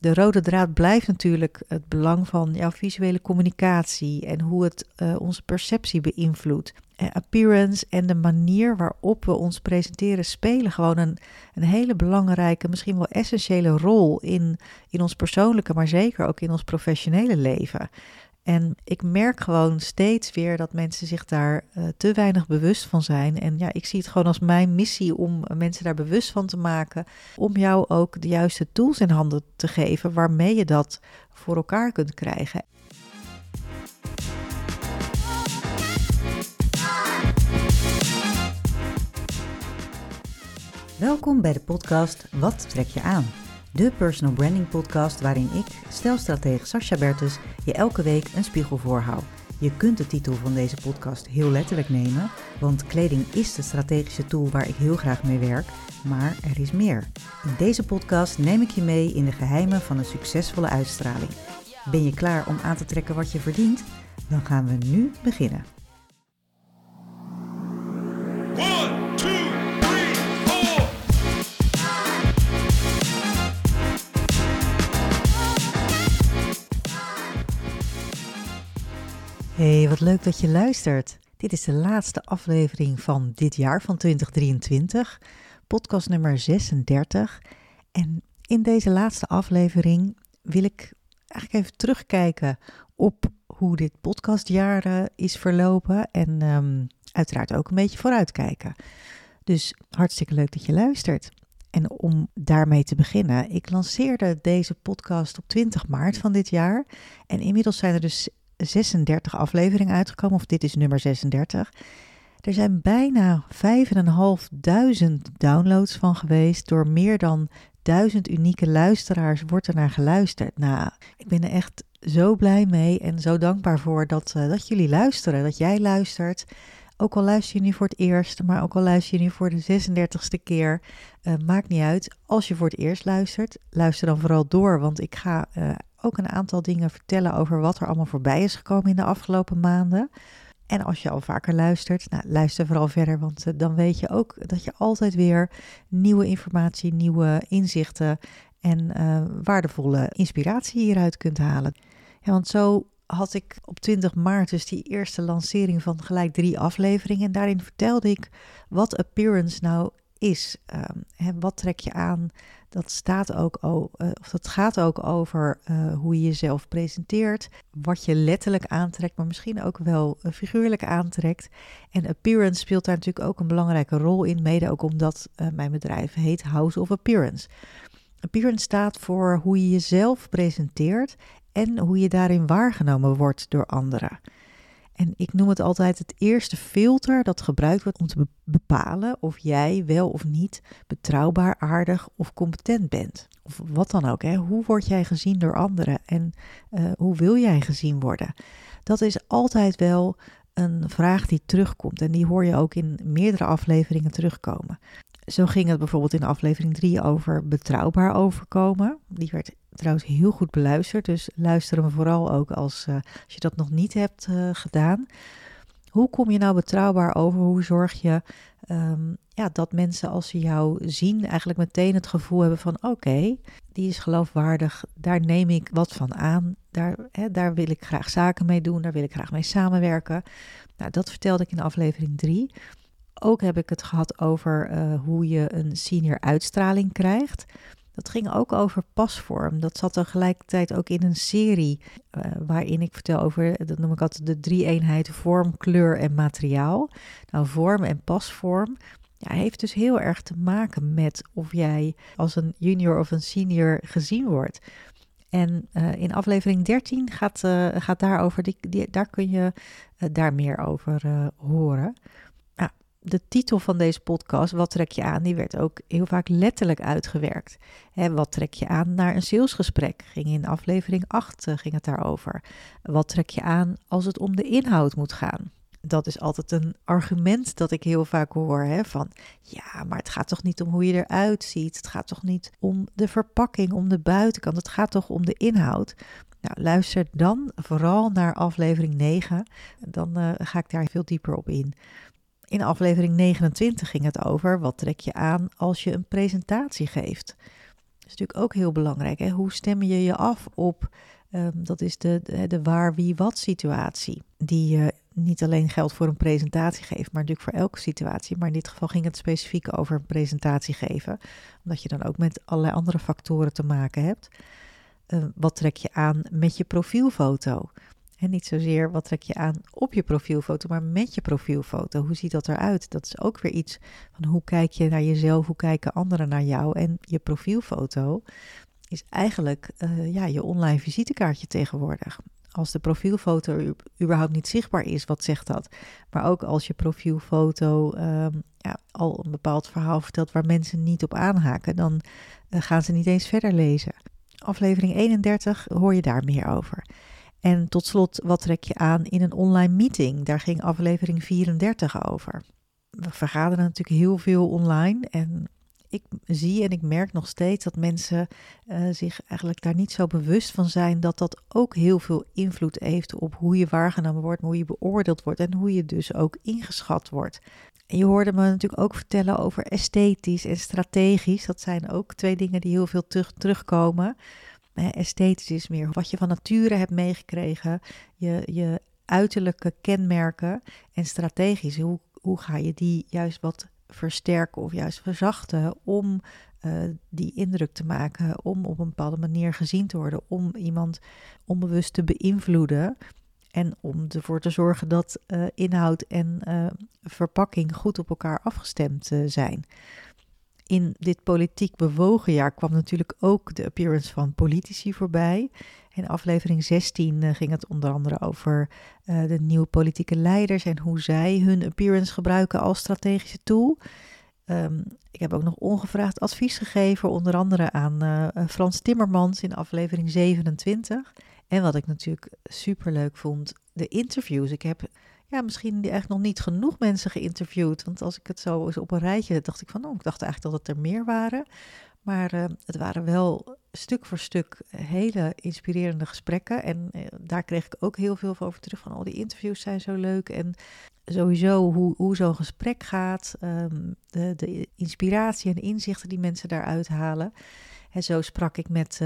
De rode draad blijft natuurlijk het belang van jouw visuele communicatie en hoe het onze perceptie beïnvloedt. Appearance en de manier waarop we ons presenteren spelen gewoon een hele belangrijke, misschien wel essentiële rol in ons persoonlijke, maar zeker ook in ons professionele leven. En ik merk gewoon steeds weer dat mensen zich daar te weinig bewust van zijn. En ja, ik zie het gewoon als mijn missie om mensen daar bewust van te maken. Om jou ook de juiste tools in handen te geven waarmee je dat voor elkaar kunt krijgen. Welkom bij de podcast Wat trek je aan? De personal branding podcast waarin ik, stijlstratege Sascha Bertus, je elke week een spiegel voorhoud. Je kunt de titel van deze podcast heel letterlijk nemen, want kleding is de strategische tool waar ik heel graag mee werk, maar er is meer. In deze podcast neem ik je mee in de geheimen van een succesvolle uitstraling. Ben je klaar om aan te trekken wat je verdient? Dan gaan we nu beginnen. Hey, wat leuk dat je luistert. Dit is de laatste aflevering van dit jaar, van 2023, podcast nummer 36. En in deze laatste aflevering wil ik eigenlijk even terugkijken op hoe dit podcastjaar is verlopen en uiteraard ook een beetje vooruitkijken. Dus hartstikke leuk dat je luistert. En om daarmee te beginnen, ik lanceerde deze podcast op 20 maart van dit jaar en inmiddels zijn er dus 36 afleveringen uitgekomen, of dit is nummer 36. Er zijn bijna 5.500 downloads van geweest. Door meer dan 1000 unieke luisteraars wordt er naar geluisterd. Nou, ik ben er echt zo blij mee en zo dankbaar voor dat jullie luisteren, dat jij luistert. Ook al luister je nu voor het eerst, maar ook al luister je nu voor de 36e keer, maakt niet uit. Als je voor het eerst luistert, luister dan vooral door, want ik ga ook een aantal dingen vertellen over wat er allemaal voorbij is gekomen in de afgelopen maanden. En als je al vaker luistert, luister vooral verder, want dan weet je ook dat je altijd weer nieuwe informatie, nieuwe inzichten en waardevolle inspiratie hieruit kunt halen. Ja, want zo had ik op 20 maart dus die eerste lancering van gelijk 3 afleveringen. En daarin vertelde ik wat appearance nou is. Wat trek je aan? Dat gaat ook over hoe je jezelf presenteert. Wat je letterlijk aantrekt, maar misschien ook wel figuurlijk aantrekt. En appearance speelt daar natuurlijk ook een belangrijke rol in. Mede ook omdat mijn bedrijf heet House of Appearance. Appearance staat voor hoe je jezelf presenteert en hoe je daarin waargenomen wordt door anderen. En ik noem het altijd het eerste filter dat gebruikt wordt om te bepalen of jij wel of niet betrouwbaar, aardig of competent bent. Of wat dan ook. Hoe word jij gezien door anderen en hoe wil jij gezien worden? Dat is altijd wel een vraag die terugkomt en die hoor je ook in meerdere afleveringen terugkomen. Zo ging het bijvoorbeeld in aflevering 3 over betrouwbaar overkomen. Die werd trouwens heel goed beluisterd, dus luister hem vooral ook als je dat nog niet hebt gedaan. Hoe kom je nou betrouwbaar over? Hoe zorg je dat mensen als ze jou zien eigenlijk meteen het gevoel hebben van oké, die is geloofwaardig, daar neem ik wat van aan, daar wil ik graag zaken mee doen, daar wil ik graag mee samenwerken. Nou, dat vertelde ik in aflevering 3. Ook heb ik het gehad over hoe je een senior uitstraling krijgt. Dat ging ook over pasvorm. Dat zat tegelijkertijd ook in een serie waarin ik vertel over, dat noem ik altijd de 3-eenheid vorm, kleur en materiaal. Nou, vorm en pasvorm heeft dus heel erg te maken met of jij als een junior of een senior gezien wordt. En in aflevering 13 gaat daarover, daar kun je daar meer over horen. De titel van deze podcast, Wat trek je aan, die werd ook heel vaak letterlijk uitgewerkt. Wat trek je aan naar een salesgesprek? Ging in aflevering 8 ging het daarover. Wat trek je aan als het om de inhoud moet gaan? Dat is altijd een argument dat ik heel vaak hoor. Van ja, maar het gaat toch niet om hoe je eruit ziet. Het gaat toch niet om de verpakking, om de buitenkant. Het gaat toch om de inhoud. Nou, luister dan vooral naar aflevering 9. Dan ga ik daar veel dieper op in. In aflevering 29 ging het over wat trek je aan als je een presentatie geeft. is natuurlijk ook heel belangrijk. Hè? Hoe stem je je af op, dat is de waar, wie, wat situatie. Die niet alleen geldt voor een presentatie geven, maar natuurlijk voor elke situatie. Maar in dit geval ging het specifiek over een presentatie geven. Omdat je dan ook met allerlei andere factoren te maken hebt. Wat trek je aan met je profielfoto? En niet zozeer wat trek je aan op je profielfoto, maar met je profielfoto. Hoe ziet dat eruit? Dat is ook weer iets van hoe kijk je naar jezelf, hoe kijken anderen naar jou. En je profielfoto is eigenlijk je online visitekaartje tegenwoordig. Als de profielfoto überhaupt niet zichtbaar is, wat zegt dat? Maar ook als je profielfoto al een bepaald verhaal vertelt waar mensen niet op aanhaken, dan gaan ze niet eens verder lezen. Aflevering 31 hoor je daar meer over. En tot slot, wat trek je aan in een online meeting? Daar ging aflevering 34 over. We vergaderen natuurlijk heel veel online en ik zie en ik merk nog steeds dat mensen zich eigenlijk daar niet zo bewust van zijn dat dat ook heel veel invloed heeft op hoe je waargenomen wordt, hoe je beoordeeld wordt en hoe je dus ook ingeschat wordt. En je hoorde me natuurlijk ook vertellen over esthetisch en strategisch. Dat zijn ook twee dingen die heel veel terugkomen. Esthetisch is meer wat je van nature hebt meegekregen, je uiterlijke kenmerken. En strategisch, hoe ga je die juist wat versterken of juist verzachten om die indruk te maken, om op een bepaalde manier gezien te worden, om iemand onbewust te beïnvloeden en om ervoor te zorgen dat inhoud en verpakking goed op elkaar afgestemd zijn. In dit politiek bewogen jaar kwam natuurlijk ook de appearance van politici voorbij. In aflevering 16 ging het onder andere over de nieuwe politieke leiders en hoe zij hun appearance gebruiken als strategische tool. Ik heb ook nog ongevraagd advies gegeven, onder andere aan Frans Timmermans in aflevering 27. En wat ik natuurlijk superleuk vond, de interviews. Ik heb misschien eigenlijk nog niet genoeg mensen geïnterviewd. Want als ik het zo eens op een rijtje dacht ik van, ik dacht eigenlijk dat het er meer waren. Maar het waren wel stuk voor stuk hele inspirerende gesprekken. En daar kreeg ik ook heel veel over terug van, die interviews zijn zo leuk. En sowieso hoe zo'n gesprek gaat, de inspiratie en inzichten die mensen daaruit halen. En zo sprak ik met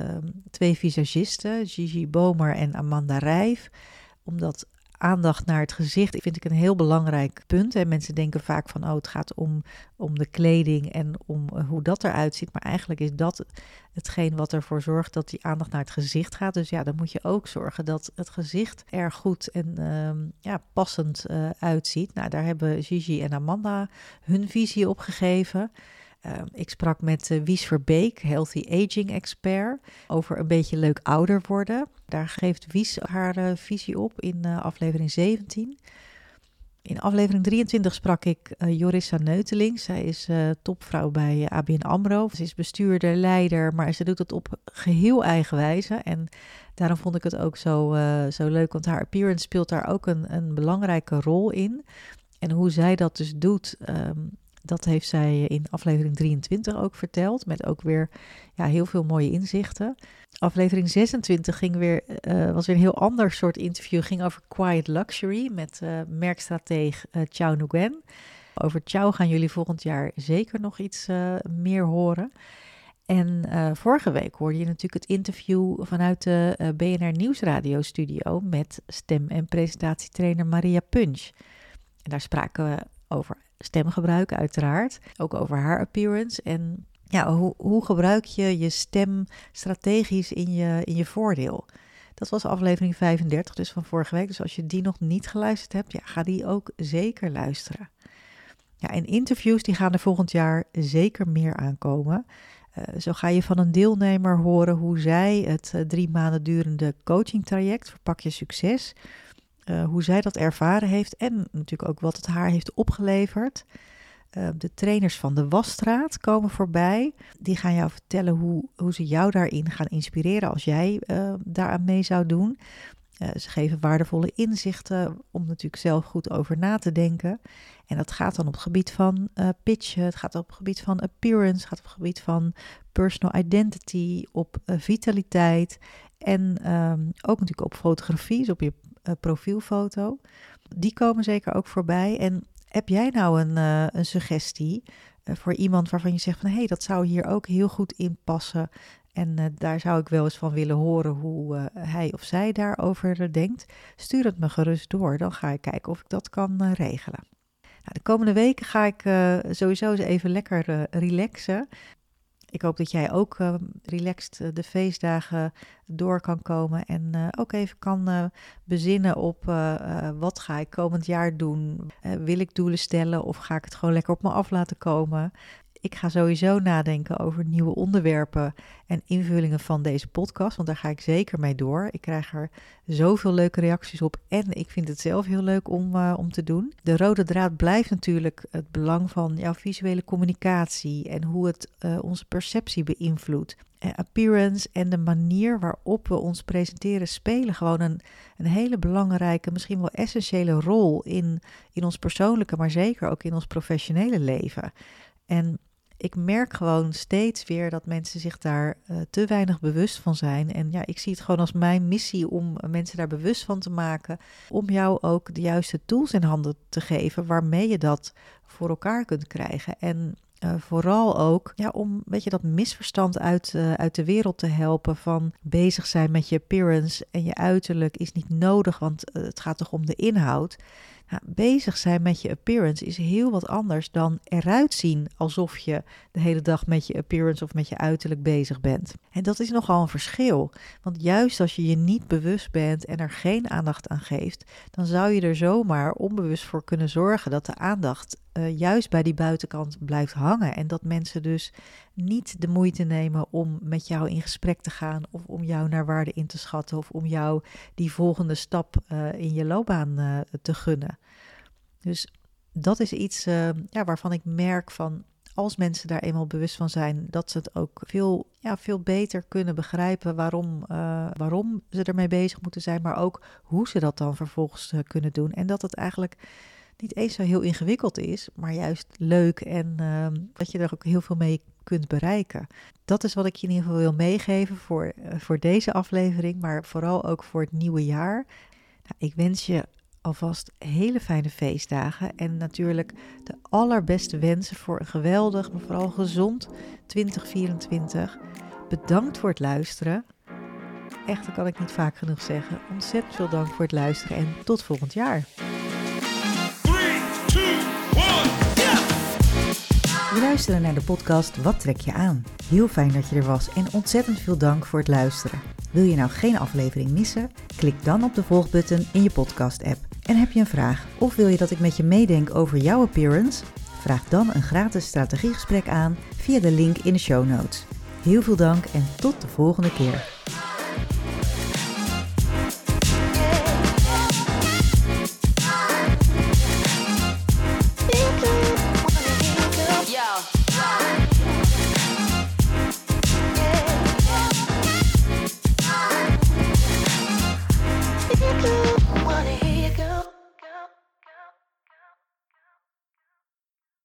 2 visagisten, Gigi Bomer en Amanda Rijf, omdat aandacht naar het gezicht vind ik een heel belangrijk punt. En mensen denken vaak van, het gaat om de kleding en om hoe dat eruit ziet. Maar eigenlijk is dat hetgeen wat ervoor zorgt dat die aandacht naar het gezicht gaat. Dus dan moet je ook zorgen dat het gezicht er goed en passend uitziet. Nou, daar hebben Gigi en Amanda hun visie op gegeven. Ik sprak met Wies Verbeek, Healthy Aging Expert, over een beetje leuk ouder worden. Daar geeft Wies haar visie op in aflevering 17. In aflevering 23 sprak ik Jorissa Neuteling. Zij is topvrouw bij ABN AMRO. Ze is bestuurder, leider, maar ze doet het op geheel eigen wijze. En daarom vond ik het ook zo leuk, want haar appearance speelt daar ook een belangrijke rol in. En hoe zij dat dus doet, dat heeft zij in aflevering 23 ook verteld, met ook weer heel veel mooie inzichten. Aflevering 26 was weer een heel ander soort interview. Ging over quiet luxury met merkstrateeg Ciao Nguyen. Over Ciao gaan jullie volgend jaar zeker nog iets meer horen. En vorige week hoorde je natuurlijk het interview vanuit de BNR Nieuwsradio studio met stem- en presentatietrainer Maria Punch. En daar spraken we over stemgebruik uiteraard, ook over haar appearance en hoe gebruik je je stem strategisch in je voordeel. Dat was aflevering 35, dus van vorige week. Dus als je die nog niet geluisterd hebt, ga die ook zeker luisteren. En interviews die gaan er volgend jaar zeker meer aankomen. Zo ga je van een deelnemer horen hoe zij het 3 maanden durende coachingtraject Verpak je Succes, hoe zij dat ervaren heeft en natuurlijk ook wat het haar heeft opgeleverd. De trainers van de Wasstraat komen voorbij. Die gaan jou vertellen hoe ze jou daarin gaan inspireren als jij daaraan mee zou doen. Ze geven waardevolle inzichten om natuurlijk zelf goed over na te denken. En dat gaat dan op het gebied van pitchen, het gaat op het gebied van appearance, het gaat op het gebied van personal identity, op vitaliteit en ook natuurlijk op fotografie, dus op je profielfoto. Die komen zeker ook voorbij. En heb jij nou een suggestie voor iemand waarvan je zegt van hé, dat zou hier ook heel goed in passen. En daar zou ik wel eens van willen horen hoe hij of zij daarover denkt. Stuur het me gerust door, dan ga ik kijken of ik dat kan regelen. Nou, de komende weken ga ik sowieso eens even lekker relaxen. Ik hoop dat jij ook relaxed de feestdagen door kan komen en ook even kan bezinnen op wat ga ik komend jaar doen. Wil ik doelen stellen of ga ik het gewoon lekker op me af laten komen? Ik ga sowieso nadenken over nieuwe onderwerpen en invullingen van deze podcast, want daar ga ik zeker mee door. Ik krijg er zoveel leuke reacties op en ik vind het zelf heel leuk om te doen. De rode draad blijft natuurlijk het belang van jouw visuele communicatie en hoe het onze perceptie beïnvloedt. Appearance en de manier waarop we ons presenteren spelen gewoon een hele belangrijke, misschien wel essentiële rol in ons persoonlijke, maar zeker ook in ons professionele leven. En ik merk gewoon steeds weer dat mensen zich daar te weinig bewust van zijn. En ja, ik zie het gewoon als mijn missie om mensen daar bewust van te maken. Om jou ook de juiste tools in handen te geven waarmee je dat voor elkaar kunt krijgen. En vooral ook om dat misverstand uit de wereld te helpen van bezig zijn met je appearance en je uiterlijk is niet nodig, want het gaat toch om de inhoud. Nou, bezig zijn met je appearance is heel wat anders dan eruit zien alsof je de hele dag met je appearance of met je uiterlijk bezig bent. En dat is nogal een verschil, want juist als je je niet bewust bent en er geen aandacht aan geeft, dan zou je er zomaar onbewust voor kunnen zorgen dat de aandacht juist bij die buitenkant blijft hangen en dat mensen dus niet de moeite nemen om met jou in gesprek te gaan of om jou naar waarde in te schatten of om jou die volgende stap in je loopbaan te gunnen. Dus dat is iets waarvan ik merk van als mensen daar eenmaal bewust van zijn, dat ze het ook veel beter kunnen begrijpen waarom ze ermee bezig moeten zijn, maar ook hoe ze dat dan vervolgens kunnen doen. En dat het eigenlijk niet eens zo heel ingewikkeld is, maar juist leuk en dat je er ook heel veel mee kunt bereiken. Dat is wat ik je in ieder geval wil meegeven voor deze aflevering, maar vooral ook voor het nieuwe jaar. Nou, ik wens je alvast hele fijne feestdagen en natuurlijk de allerbeste wensen voor een geweldig, maar vooral gezond 2024. Bedankt voor het luisteren. Echt, dat kan ik niet vaak genoeg zeggen. Ontzettend veel dank voor het luisteren en tot volgend jaar. We luisteren naar de podcast Wat trek je aan? Heel fijn dat je er was en ontzettend veel dank voor het luisteren. Wil je nou geen aflevering missen? Klik dan op de volgbutton in je podcast-app. En heb je een vraag of wil je dat ik met je meedenk over jouw appearance? Vraag dan een gratis strategiegesprek aan via de link in de show notes. Heel veel dank en tot de volgende keer.